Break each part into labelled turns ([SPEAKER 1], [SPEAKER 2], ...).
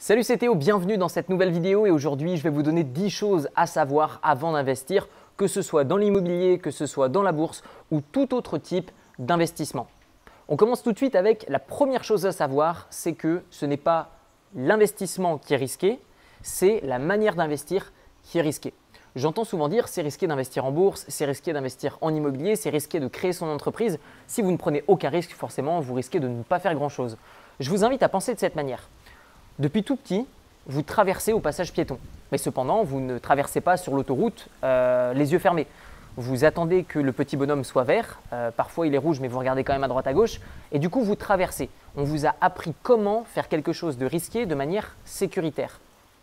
[SPEAKER 1] Salut, c'est Théo, bienvenue dans cette nouvelle vidéo et aujourd'hui je vais vous donner 10 choses à savoir avant d'investir, que ce soit dans l'immobilier, que ce soit dans la bourse ou tout autre type d'investissement. On commence tout de suite avec la première chose à savoir, c'est que ce n'est pas l'investissement qui est risqué, c'est la manière d'investir qui est risquée. J'entends souvent dire c'est risqué d'investir en bourse, c'est risqué d'investir en immobilier, c'est risqué de créer son entreprise. Si vous ne prenez aucun risque, forcément, vous risquez de ne pas faire grand-chose. Je vous invite à penser de cette manière. Depuis tout petit, vous traversez au passage piéton. Mais cependant, vous ne traversez pas sur l'autoroute les yeux fermés. Vous attendez que le petit bonhomme soit vert. Parfois, il est rouge, mais vous regardez quand même à droite à gauche. Et du coup, vous traversez. On vous a appris comment faire quelque chose de risqué de manière sécuritaire.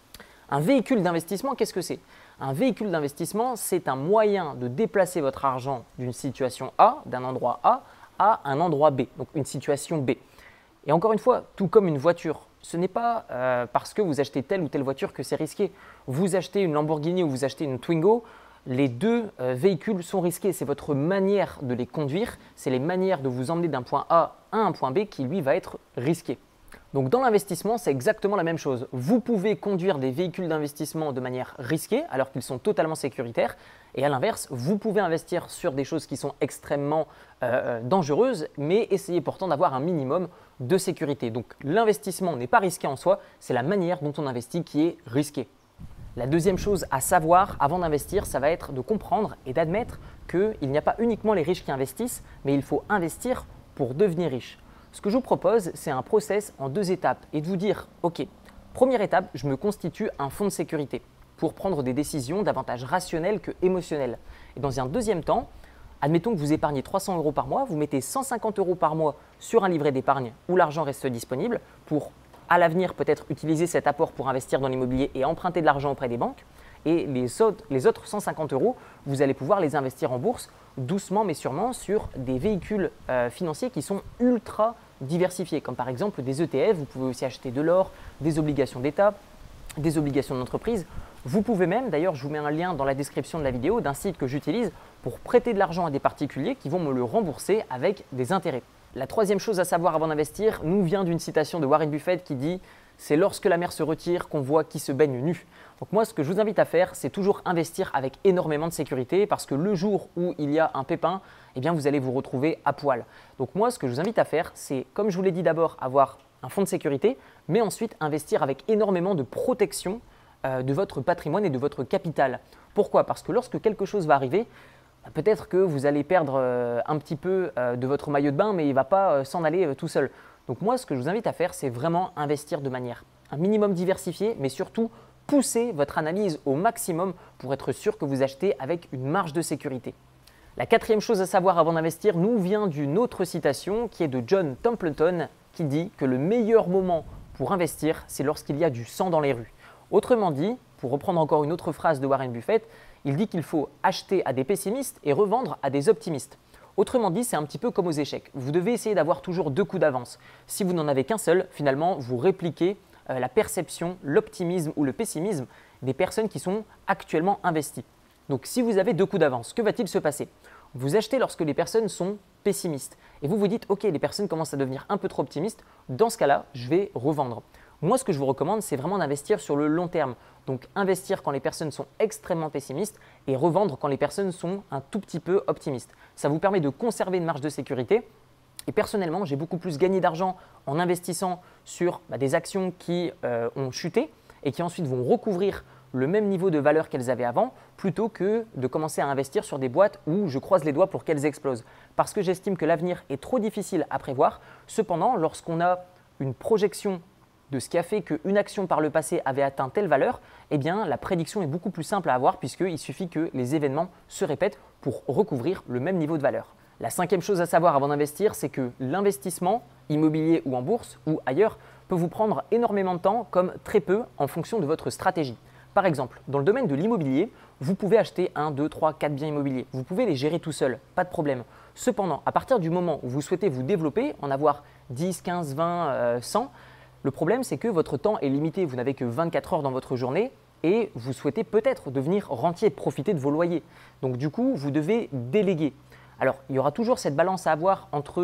[SPEAKER 1] Un véhicule d'investissement, qu'est-ce que c'est? Un véhicule d'investissement, c'est un moyen de déplacer votre argent d'une situation A, d'un endroit A, à un endroit B, donc une situation B. Et encore une fois, tout comme une voiture, ce n'est pas parce que vous achetez telle ou telle voiture que c'est risqué. Vous achetez une Lamborghini ou vous achetez une Twingo, les deux véhicules sont risqués. C'est votre manière de les conduire, c'est les manières de vous emmener d'un point A à un point B qui lui va être risqué. Donc dans l'investissement, c'est exactement la même chose. Vous pouvez conduire des véhicules d'investissement de manière risquée alors qu'ils sont totalement sécuritaires. Et à l'inverse, vous pouvez investir sur des choses qui sont extrêmement dangereuses, mais essayez pourtant d'avoir un minimum de sécurité. Donc l'investissement n'est pas risqué en soi, c'est la manière dont on investit qui est risquée. La deuxième chose à savoir avant d'investir, ça va être de comprendre et d'admettre qu'il n'y a pas uniquement les riches qui investissent, mais il faut investir pour devenir riche. Ce que je vous propose, c'est un process en 2 étapes et de vous dire, ok, première étape, je me constitue un fonds de sécurité pour prendre des décisions davantage rationnelles que émotionnelles. Et dans un deuxième temps, admettons que vous épargnez 300 € par mois, vous mettez 150 € par mois sur un livret d'épargne où l'argent reste disponible pour à l'avenir peut-être utiliser cet apport pour investir dans l'immobilier et emprunter de l'argent auprès des banques. Et les autres 150 €, vous allez pouvoir les investir en bourse doucement mais sûrement sur des véhicules financiers qui sont ultra diversifiés, comme par exemple des ETF. Vous pouvez aussi acheter de l'or, des obligations d'État, des obligations d'entreprise. Vous pouvez même, d'ailleurs je vous mets un lien dans la description de la vidéo d'un site que j'utilise pour prêter de l'argent à des particuliers qui vont me le rembourser avec des intérêts. La troisième chose à savoir avant d'investir nous vient d'une citation de Warren Buffett qui dit « C'est lorsque la mer se retire qu'on voit qui se baigne nu ». Donc moi, ce que je vous invite à faire, c'est toujours investir avec énormément de sécurité parce que le jour où il y a un pépin, eh bien vous allez vous retrouver à poil. Donc moi, ce que je vous invite à faire, c'est, comme je vous l'ai dit d'abord, avoir un fonds de sécurité, mais ensuite investir avec énormément de protection de votre patrimoine et de votre capital. Pourquoi? Parce que lorsque quelque chose va arriver, peut-être que vous allez perdre un petit peu de votre maillot de bain, mais il ne va pas s'en aller tout seul. Donc moi, ce que je vous invite à faire, c'est vraiment investir de manière un minimum diversifiée, mais surtout poussez votre analyse au maximum pour être sûr que vous achetez avec une marge de sécurité. La quatrième chose à savoir avant d'investir nous vient d'une autre citation qui est de John Templeton qui dit que le meilleur moment pour investir, c'est lorsqu'il y a du sang dans les rues. Autrement dit, pour reprendre encore une autre phrase de Warren Buffett, il dit qu'il faut acheter à des pessimistes et revendre à des optimistes. Autrement dit, c'est un petit peu comme aux échecs. Vous devez essayer d'avoir toujours 2 coups d'avance. Si vous n'en avez qu'un seul, finalement, vous répliquez la perception, l'optimisme ou le pessimisme des personnes qui sont actuellement investies. Donc si vous avez 2 coups d'avance, que va-t-il se passer? Vous achetez lorsque les personnes sont pessimistes et vous vous dites ok, les personnes commencent à devenir un peu trop optimistes, dans ce cas-là, je vais revendre. Moi, ce que je vous recommande, c'est vraiment d'investir sur le long terme. Donc investir quand les personnes sont extrêmement pessimistes et revendre quand les personnes sont un tout petit peu optimistes. Ça vous permet de conserver une marge de sécurité. Et personnellement, j'ai beaucoup plus gagné d'argent en investissant sur des actions qui ont chuté et qui ensuite vont recouvrir le même niveau de valeur qu'elles avaient avant, plutôt que de commencer à investir sur des boîtes où je croise les doigts pour qu'elles explosent. Parce que j'estime que l'avenir est trop difficile à prévoir. Cependant, lorsqu'on a une projection de ce qui a fait qu'une action par le passé avait atteint telle valeur, eh bien la prédiction est beaucoup plus simple à avoir puisqu'il suffit que les événements se répètent pour recouvrir le même niveau de valeur. La 5e chose à savoir avant d'investir, c'est que l'investissement immobilier ou en bourse ou ailleurs peut vous prendre énormément de temps comme très peu en fonction de votre stratégie. Par exemple, dans le domaine de l'immobilier, vous pouvez acheter 1, 2, 3, 4 biens immobiliers. Vous pouvez les gérer tout seul, pas de problème. Cependant, à partir du moment où vous souhaitez vous développer, en avoir 10, 15, 20, 100, le problème c'est que votre temps est limité. Vous n'avez que 24 heures dans votre journée et vous souhaitez peut-être devenir rentier et profiter de vos loyers. Donc du coup, vous devez déléguer. Alors, il y aura toujours cette balance à avoir entre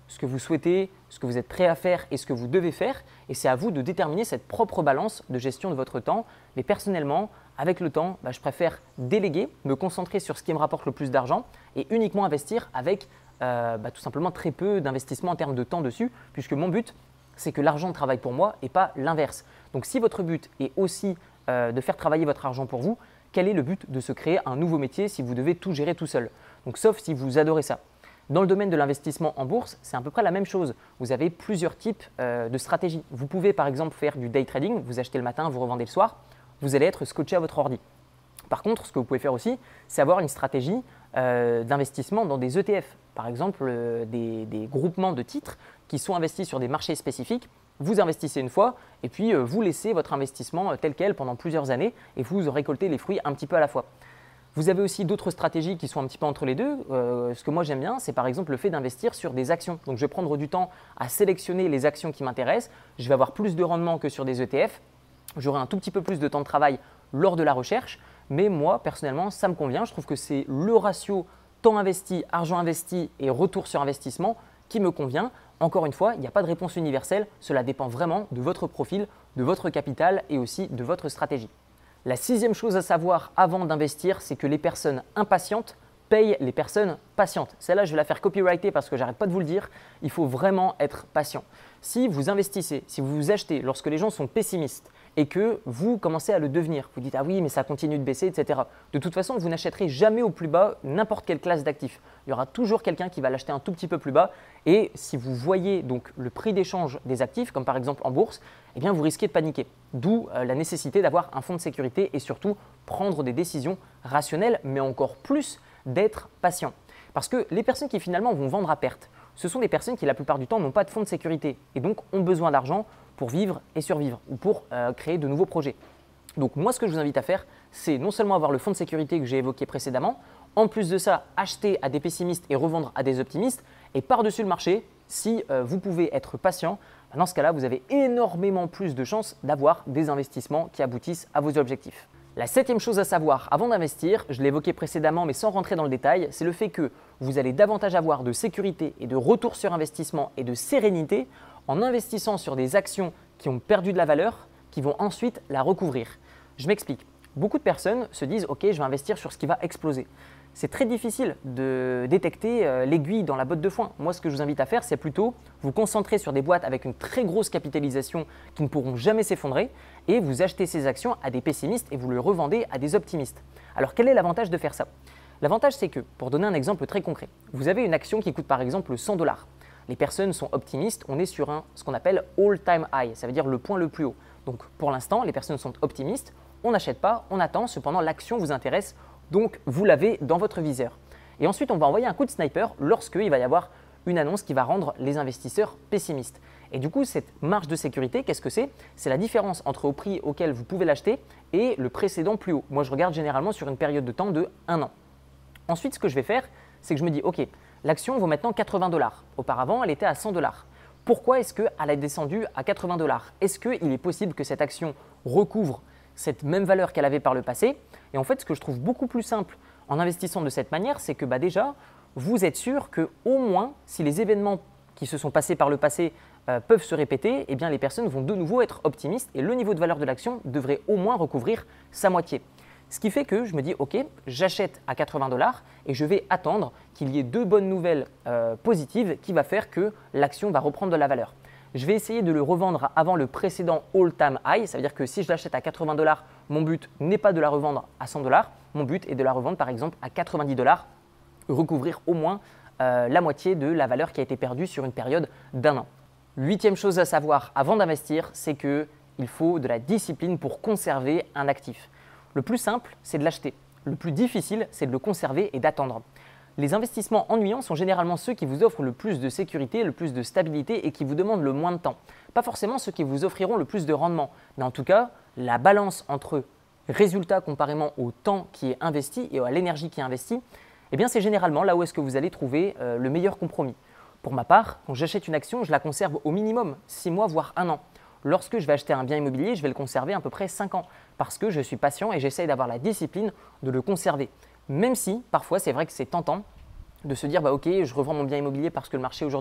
[SPEAKER 1] ce que vous souhaitez, ce que vous êtes prêt à faire et ce que vous devez faire. Et c'est à vous de déterminer cette propre balance de gestion de votre temps. Mais personnellement, avec le temps, je préfère déléguer, me concentrer sur ce qui me rapporte le plus d'argent et uniquement investir avec tout simplement très peu d'investissement en termes de temps dessus, puisque mon but, c'est que l'argent travaille pour moi et pas l'inverse. Donc si votre but est aussi de faire travailler votre argent pour vous, quel est le but de se créer un nouveau métier si vous devez tout gérer tout seul? Donc sauf si vous adorez ça. Dans le domaine de l'investissement en bourse, c'est à peu près la même chose. Vous avez plusieurs types de stratégies. Vous pouvez par exemple faire du day trading, vous achetez le matin, vous revendez le soir, vous allez être scotché à votre ordi. Par contre, ce que vous pouvez faire aussi, c'est avoir une stratégie d'investissement dans des ETF, par exemple des groupements de titres qui sont investis sur des marchés spécifiques. Vous investissez une fois et puis vous laissez votre investissement tel quel pendant plusieurs années et vous récoltez les fruits un petit peu à la fois. Vous avez aussi d'autres stratégies qui sont un petit peu entre les deux. Ce que moi j'aime bien, c'est par exemple le fait d'investir sur des actions. Donc je vais prendre du temps à sélectionner les actions qui m'intéressent. Je vais avoir plus de rendement que sur des ETF. J'aurai un tout petit peu plus de temps de travail lors de la recherche. Mais moi, personnellement, ça me convient. Je trouve que c'est le ratio temps investi, argent investi et retour sur investissement qui me convient. Encore une fois, il n'y a pas de réponse universelle. Cela dépend vraiment de votre profil, de votre capital et aussi de votre stratégie. La sixième chose à savoir avant d'investir, c'est que les personnes impatientes payent les personnes patientes. Celle-là, je vais la faire copyrighter parce que j'arrête pas de vous le dire. Il faut vraiment être patient. Si vous investissez, si vous vous achetez lorsque les gens sont pessimistes et que vous commencez à le devenir, vous dites « Ah oui, mais ça continue de baisser, etc. » De toute façon, vous n'achèterez jamais au plus bas n'importe quelle classe d'actifs. Il y aura toujours quelqu'un qui va l'acheter un tout petit peu plus bas. Et si vous voyez donc le prix d'échange des actifs, comme par exemple en bourse, eh bien vous risquez de paniquer. D'où la nécessité d'avoir un fonds de sécurité et surtout prendre des décisions rationnelles, mais encore plus d'être patient. Parce que les personnes qui finalement vont vendre à perte, ce sont des personnes qui la plupart du temps n'ont pas de fonds de sécurité et donc ont besoin d'argent pour vivre et survivre ou pour créer de nouveaux projets. Donc moi, ce que je vous invite à faire, c'est non seulement avoir le fonds de sécurité que j'ai évoqué précédemment, en plus de ça, acheter à des pessimistes et revendre à des optimistes, et par-dessus le marché, si vous pouvez être patient, dans ce cas-là, vous avez énormément plus de chances d'avoir des investissements qui aboutissent à vos objectifs. La septième chose à savoir avant d'investir, je l'ai évoqué précédemment mais sans rentrer dans le détail, c'est le fait que vous allez davantage avoir de sécurité et de retour sur investissement et de sérénité en investissant sur des actions qui ont perdu de la valeur, qui vont ensuite la recouvrir. Je m'explique. Beaucoup de personnes se disent « Ok, je vais investir sur ce qui va exploser ». C'est très difficile de détecter l'aiguille dans la botte de foin. Moi, ce que je vous invite à faire, c'est plutôt vous concentrer sur des boîtes avec une très grosse capitalisation qui ne pourront jamais s'effondrer et vous achetez ces actions à des pessimistes et vous les revendez à des optimistes. Alors, quel est l'avantage de faire ça? L'avantage, c'est que, pour donner un exemple très concret, vous avez une action qui coûte par exemple 100 $. Les personnes sont optimistes, on est sur ce qu'on appelle all-time high, ça veut dire le point le plus haut. Donc, pour l'instant, les personnes sont optimistes, on n'achète pas, on attend, cependant l'action vous intéresse. Donc, vous l'avez dans votre viseur. Et ensuite, on va envoyer un coup de sniper lorsqu'il va y avoir une annonce qui va rendre les investisseurs pessimistes. Et du coup, cette marge de sécurité, qu'est-ce que c'est? C'est la différence entre au prix auquel vous pouvez l'acheter et le précédent plus haut. Moi, je regarde généralement sur une période de temps de 1 an. Ensuite, ce que je vais faire, c'est que je me dis, OK, l'action vaut maintenant 80 $. Auparavant, elle était à 100 $. Pourquoi est-ce qu'elle est descendue à 80 $? Est-ce qu'il est possible que cette action recouvre cette même valeur qu'elle avait par le passé? Et en fait, ce que je trouve beaucoup plus simple en investissant de cette manière, c'est que déjà, vous êtes sûr que au moins, si les événements qui se sont passés par le passé peuvent se répéter, eh bien, les personnes vont de nouveau être optimistes et le niveau de valeur de l'action devrait au moins recouvrir sa moitié. Ce qui fait que je me dis, OK, j'achète à 80 $ et je vais attendre qu'il y ait deux bonnes nouvelles positives qui va faire que l'action va reprendre de la valeur. Je vais essayer de le revendre avant le précédent all-time high. Ça veut dire que si je l'achète à 80 $, mon but n'est pas de la revendre à 100 $. Mon but est de la revendre par exemple à 90 $, recouvrir au moins la moitié de la valeur qui a été perdue sur une période d'1 an. Huitième chose à savoir avant d'investir, c'est qu'il faut de la discipline pour conserver un actif. Le plus simple, c'est de l'acheter. Le plus difficile, c'est de le conserver et d'attendre. Les investissements ennuyants sont généralement ceux qui vous offrent le plus de sécurité, le plus de stabilité et qui vous demandent le moins de temps. Pas forcément ceux qui vous offriront le plus de rendement, mais en tout cas, la balance entre résultat comparément au temps qui est investi et à l'énergie qui est investie, eh bien c'est généralement là où est-ce que vous allez trouver le meilleur compromis. Pour ma part, quand j'achète une action, je la conserve au minimum 6 mois voire 1 an. Lorsque je vais acheter un bien immobilier, je vais le conserver à peu près 5 ans parce que je suis patient et j'essaye d'avoir la discipline de le conserver. Même si parfois c'est vrai que c'est tentant de se dire bah ok, je revends mon bien immobilier parce que le marché aujourd'hui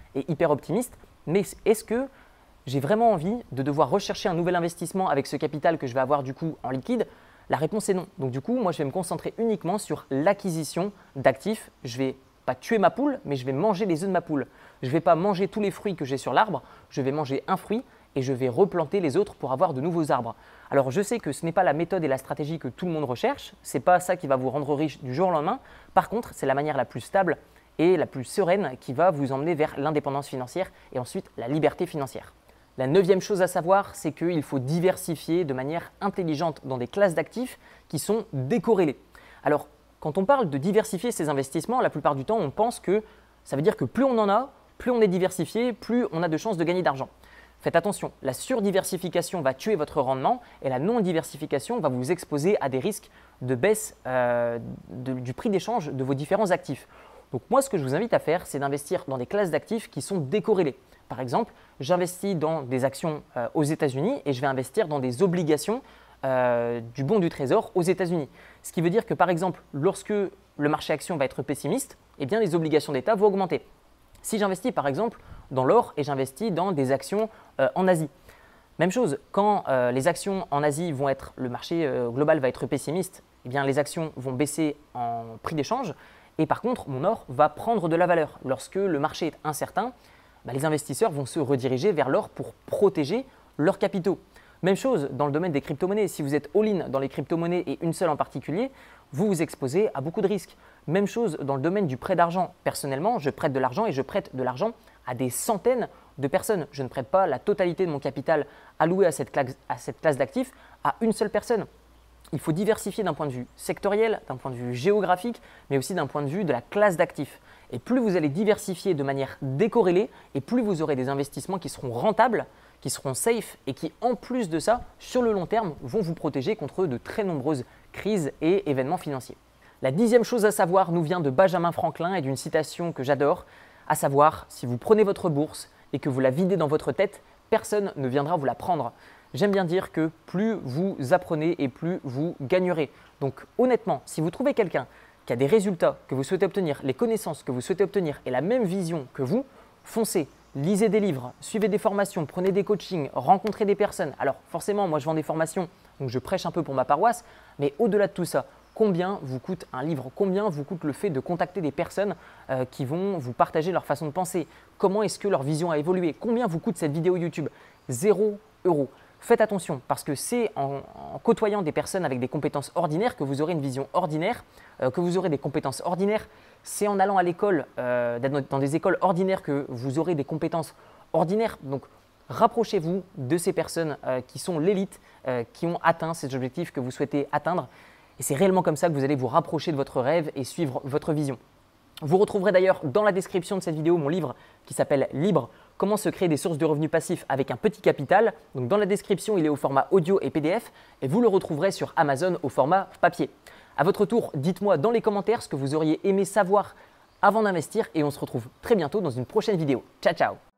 [SPEAKER 1] et hyper optimiste, mais est-ce que j'ai vraiment envie de devoir rechercher un nouvel investissement avec ce capital que je vais avoir du coup en liquide? La réponse est non. Donc du coup, moi je vais me concentrer uniquement sur l'acquisition d'actifs. Je ne vais pas tuer ma poule, mais je vais manger les œufs de ma poule. Je ne vais pas manger tous les fruits que j'ai sur l'arbre, je vais manger un fruit et je vais replanter les autres pour avoir de nouveaux arbres. Alors je sais que ce n'est pas la méthode et la stratégie que tout le monde recherche, ce n'est pas ça qui va vous rendre riche du jour au lendemain. Par contre, c'est la manière la plus stable et la plus sereine qui va vous emmener vers l'indépendance financière et ensuite la liberté financière. La 9e chose à savoir, c'est qu'il faut diversifier de manière intelligente dans des classes d'actifs qui sont décorrélées. Alors, quand on parle de diversifier ses investissements, la plupart du temps, on pense que ça veut dire que plus on en a, plus on est diversifié, plus on a de chances de gagner d'argent. Faites attention, la surdiversification va tuer votre rendement et la non-diversification va vous exposer à des risques de baisse du prix d'échange de vos différents actifs. Donc moi, ce que je vous invite à faire, c'est d'investir dans des classes d'actifs qui sont décorrélées. Par exemple, j'investis dans des actions aux États-Unis et je vais investir dans des obligations du bon du trésor aux États-Unis. Ce qui veut dire que par exemple, lorsque le marché action va être pessimiste, eh bien les obligations d'État vont augmenter. Si j'investis par exemple dans l'or et j'investis dans des actions en Asie, même chose, quand les actions en Asie vont être, le marché global va être pessimiste, eh bien les actions vont baisser en prix d'échange et par contre mon or va prendre de la valeur. Lorsque le marché est incertain, les investisseurs vont se rediriger vers l'or pour protéger leurs capitaux. Même chose dans le domaine des crypto-monnaies. Si vous êtes all-in dans les crypto-monnaies et une seule en particulier, vous vous exposez à beaucoup de risques. Même chose dans le domaine du prêt d'argent. Personnellement, je prête de l'argent et je prête de l'argent à des centaines de personnes. Je ne prête pas la totalité de mon capital alloué à cette classe d'actifs à une seule personne. Il faut diversifier d'un point de vue sectoriel, d'un point de vue géographique, mais aussi d'un point de vue de la classe d'actifs. Et plus vous allez diversifier de manière décorrélée, et plus vous aurez des investissements qui seront rentables, qui seront safe et qui, en plus de ça, sur le long terme, vont vous protéger contre de très nombreuses crises et événements financiers. La 10e chose à savoir nous vient de Benjamin Franklin et d'une citation que j'adore, à savoir, si vous prenez votre bourse et que vous la videz dans votre tête, personne ne viendra vous la prendre. J'aime bien dire que plus vous apprenez et plus vous gagnerez. Donc honnêtement, si vous trouvez quelqu'un qui a des résultats que vous souhaitez obtenir, les connaissances que vous souhaitez obtenir et la même vision que vous, foncez, lisez des livres, suivez des formations, prenez des coachings, rencontrez des personnes. Alors forcément, moi je vends des formations, donc je prêche un peu pour ma paroisse, mais au-delà de tout ça, combien vous coûte un livre? Combien vous coûte le fait de contacter des personnes qui vont vous partager leur façon de penser? Comment est-ce que leur vision a évolué? Combien vous coûte cette vidéo YouTube? 0 €. Faites attention parce que c'est en côtoyant des personnes avec des compétences ordinaires que vous aurez une vision ordinaire, que vous aurez des compétences ordinaires. C'est en allant à l'école, dans des écoles ordinaires que vous aurez des compétences ordinaires. Donc, rapprochez-vous de ces personnes qui sont l'élite, qui ont atteint ces objectifs que vous souhaitez atteindre. Et c'est réellement comme ça que vous allez vous rapprocher de votre rêve et suivre votre vision. Vous retrouverez d'ailleurs dans la description de cette vidéo mon livre qui s'appelle Libre, comment se créer des sources de revenus passifs avec un petit capital. Donc dans la description, il est au format audio et PDF et vous le retrouverez sur Amazon au format papier. À votre tour, dites-moi dans les commentaires ce que vous auriez aimé savoir avant d'investir et on se retrouve très bientôt dans une prochaine vidéo. Ciao, ciao!